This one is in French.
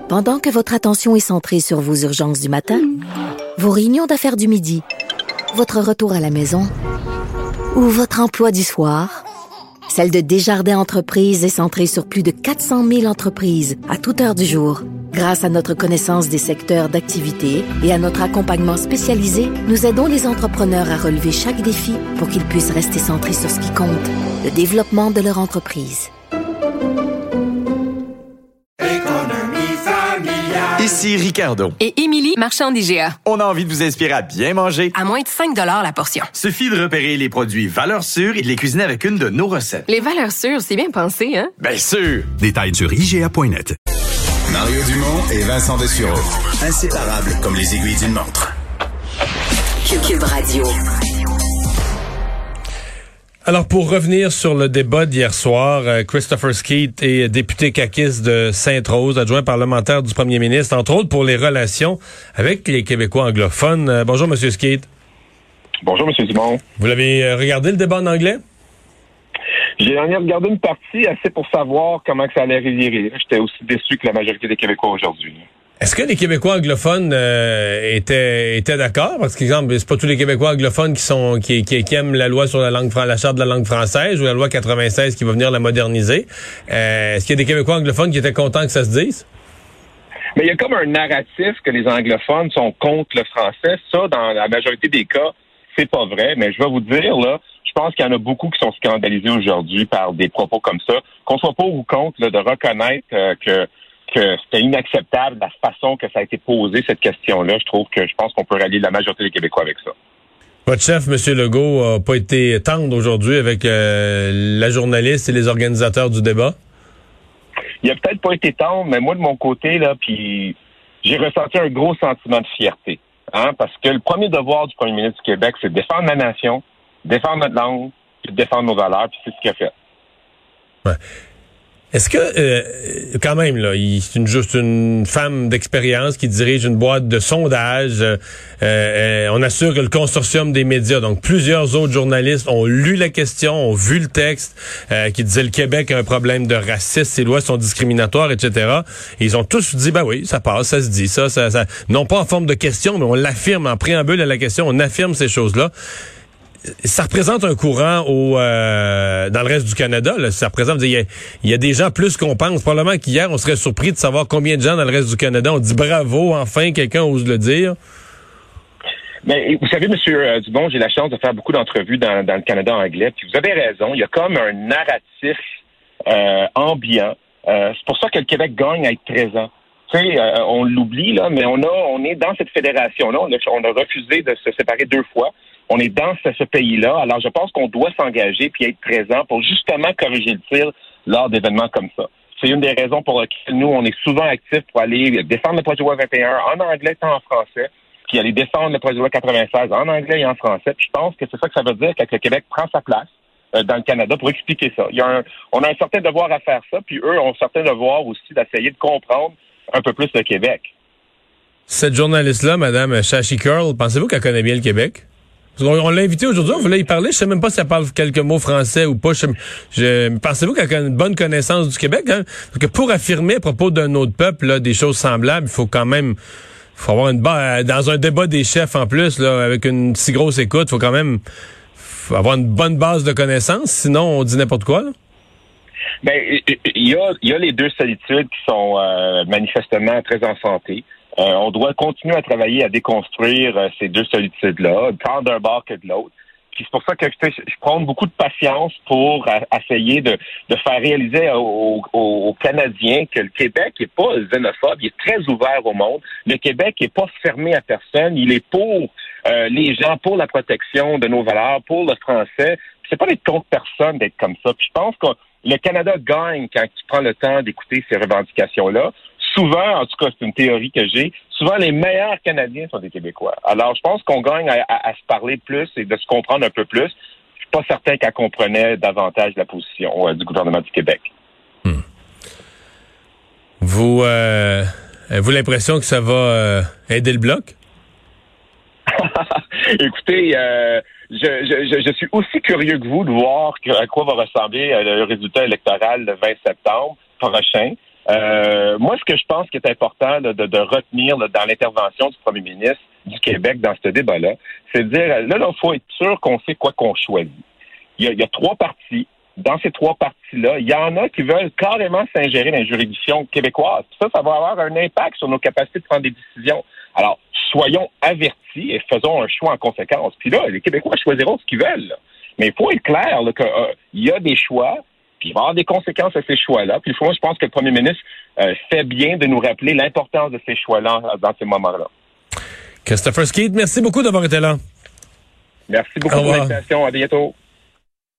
Pendant que votre attention est centrée sur vos urgences du matin, vos réunions d'affaires du midi, votre retour à la maison ou votre emploi du soir, celle de Desjardins Entreprises est centrée sur plus de 400 000 entreprises à toute heure du jour. Grâce à notre connaissance des secteurs d'activité et à notre accompagnement spécialisé, nous aidons les entrepreneurs à relever chaque défi pour qu'ils puissent rester centrés sur ce qui compte, le développement de leur entreprise. Ici Ricardo. Et Émilie, marchand d'IGA. On a envie de vous inspirer à bien manger. À moins de 5 $ la portion. Suffit de repérer les produits valeurs sûres et de les cuisiner avec une de nos recettes. Les valeurs sûres, c'est bien pensé, hein? Bien sûr! Détails sur IGA.net. Mario Dumont et Vincent Dessureau. Inséparables comme les aiguilles d'une montre. Cube Radio. Alors, pour revenir sur le débat d'hier soir, Christopher Skeete est député caquiste de Sainte-Rose, adjoint parlementaire du premier ministre, entre autres pour les relations avec les Québécois anglophones. Bonjour, M. Skeete. Bonjour, M. Dumont. Vous l'avez regardé, le débat en anglais? J'ai regardé une partie assez pour savoir comment que ça allait virer. J'étais aussi déçu que la majorité des Québécois aujourd'hui. Est-ce que les Québécois anglophones étaient d'accord? Parce qu'exemple, c'est pas tous les Québécois anglophones qui aiment la loi sur la charte de la langue française ou la loi 96 qui va venir la moderniser. Est-ce qu'il y a des Québécois anglophones qui étaient contents que ça se dise? Mais il y a comme un narratif que les anglophones sont contre le français. Ça, dans la majorité des cas, c'est pas vrai. Mais je vais vous dire, là, je pense qu'il y en a beaucoup qui sont scandalisés aujourd'hui par des propos comme ça. Qu'on soit pour ou contre, là, de reconnaître que c'était inacceptable la façon que ça a été posé, cette question-là. Je pense qu'on peut rallier la majorité des Québécois avec ça. Votre chef, M. Legault, n'a pas été tendre aujourd'hui avec la journaliste et les organisateurs du débat? Il a peut-être pas été tendre, mais moi, de mon côté, là, puis j'ai ressenti un gros sentiment de fierté. Hein, parce que le premier devoir du premier ministre du Québec, c'est de défendre la nation, défendre notre langue, puis de défendre nos valeurs, puis c'est ce qu'il a fait. Ouais. Est-ce que, quand même, là, c'est juste une femme d'expérience qui dirige une boîte de sondage. On assure que le consortium des médias, donc plusieurs autres journalistes ont lu la question, ont vu le texte qui disait le Québec a un problème de racisme, ses lois sont discriminatoires, etc. Et ils ont tous dit, ben oui, ça passe, ça se dit, ça, non pas en forme de question, mais on l'affirme en préambule à la question, on affirme ces choses-là. Ça représente un courant dans le reste du Canada. Là. Ça représente, il y a des gens plus qu'on pense. Probablement qu'hier, on serait surpris de savoir combien de gens dans le reste du Canada ont dit bravo, enfin, quelqu'un ose le dire. Mais vous savez, M. Dumont, j'ai la chance de faire beaucoup d'entrevues dans le Canada anglais. Puis vous avez raison, il y a comme un narratif ambiant. C'est pour ça que le Québec gagne à être présent. Tu sais, on l'oublie, là, mais on est dans cette fédération-là. On a refusé de se séparer 2 fois. On est dans ce pays-là. Alors, je pense qu'on doit s'engager puis être présent pour justement corriger le tir lors d'événements comme ça. C'est une des raisons pour lesquelles nous, on est souvent actifs pour aller défendre le projet de loi 21 en anglais et en français, puis aller défendre le projet de loi 96 en anglais et en français. Puis je pense que c'est ça que ça veut dire quand le Québec prend sa place dans le Canada pour expliquer ça. On a un certain devoir à faire ça, puis eux ont un certain devoir aussi d'essayer de comprendre un peu plus le Québec. Cette journaliste-là, Mme Shashi Curl, pensez-vous qu'elle connaît bien le Québec? On l'a invité aujourd'hui, on voulait y parler. Je sais même pas si elle parle quelques mots français ou pas. Pensez-vous qu'elle a une bonne connaissance du Québec? Hein? Parce que pour affirmer à propos d'un autre peuple là, des choses semblables, il faut quand même avoir dans un débat des chefs en plus, là, avec une si grosse écoute, il faut quand même avoir une bonne base de connaissances. Sinon, on dit n'importe quoi. Là. Ben, il y a les 2 solitudes qui sont manifestement très en santé. On doit continuer à travailler à déconstruire ces 2 solitudes-là, tant d'un bord que de l'autre. Puis c'est pour ça que je prends beaucoup de patience pour essayer de faire réaliser aux Canadiens que le Québec n'est pas xénophobe, il est très ouvert au monde. Le Québec n'est pas fermé à personne, il est pour les gens, pour la protection de nos valeurs, pour le français. Puis c'est pas d'être contre personne d'être comme ça. Puis je pense que le Canada gagne quand il prend le temps d'écouter ces revendications-là. Souvent, en tout cas, c'est une théorie que j'ai, souvent les meilleurs Canadiens sont des Québécois. Alors, je pense qu'on gagne à se parler plus et de se comprendre un peu plus. Je suis pas certain qu'elle comprenait davantage la position du gouvernement du Québec. Vous avez-vous l'impression que ça va aider le Bloc? Écoutez, je suis aussi curieux que vous de voir à quoi va ressembler le résultat électoral le 20 septembre prochain. Moi, ce que je pense qui est important de retenir dans l'intervention du premier ministre du Québec dans ce débat-là, c'est de dire, là, il faut être sûr qu'on sait quoi qu'on choisit. Il y a 3 partis. Dans ces 3 parties-là, il y en a qui veulent carrément s'ingérer dans les juridictions québécoises. Ça va avoir un impact sur nos capacités de prendre des décisions. Alors, soyons avertis et faisons un choix en conséquence. Puis là, les Québécois choisiront ce qu'ils veulent. Là. Mais il faut être clair qu'il y a des choix, puis il va y avoir des conséquences à ces choix-là. Puis moi, je pense que le premier ministre fait bien de nous rappeler l'importance de ces choix-là dans ces moments-là. Christopher Skeete, merci beaucoup d'avoir été là. Merci beaucoup pour l'invitation. À bientôt.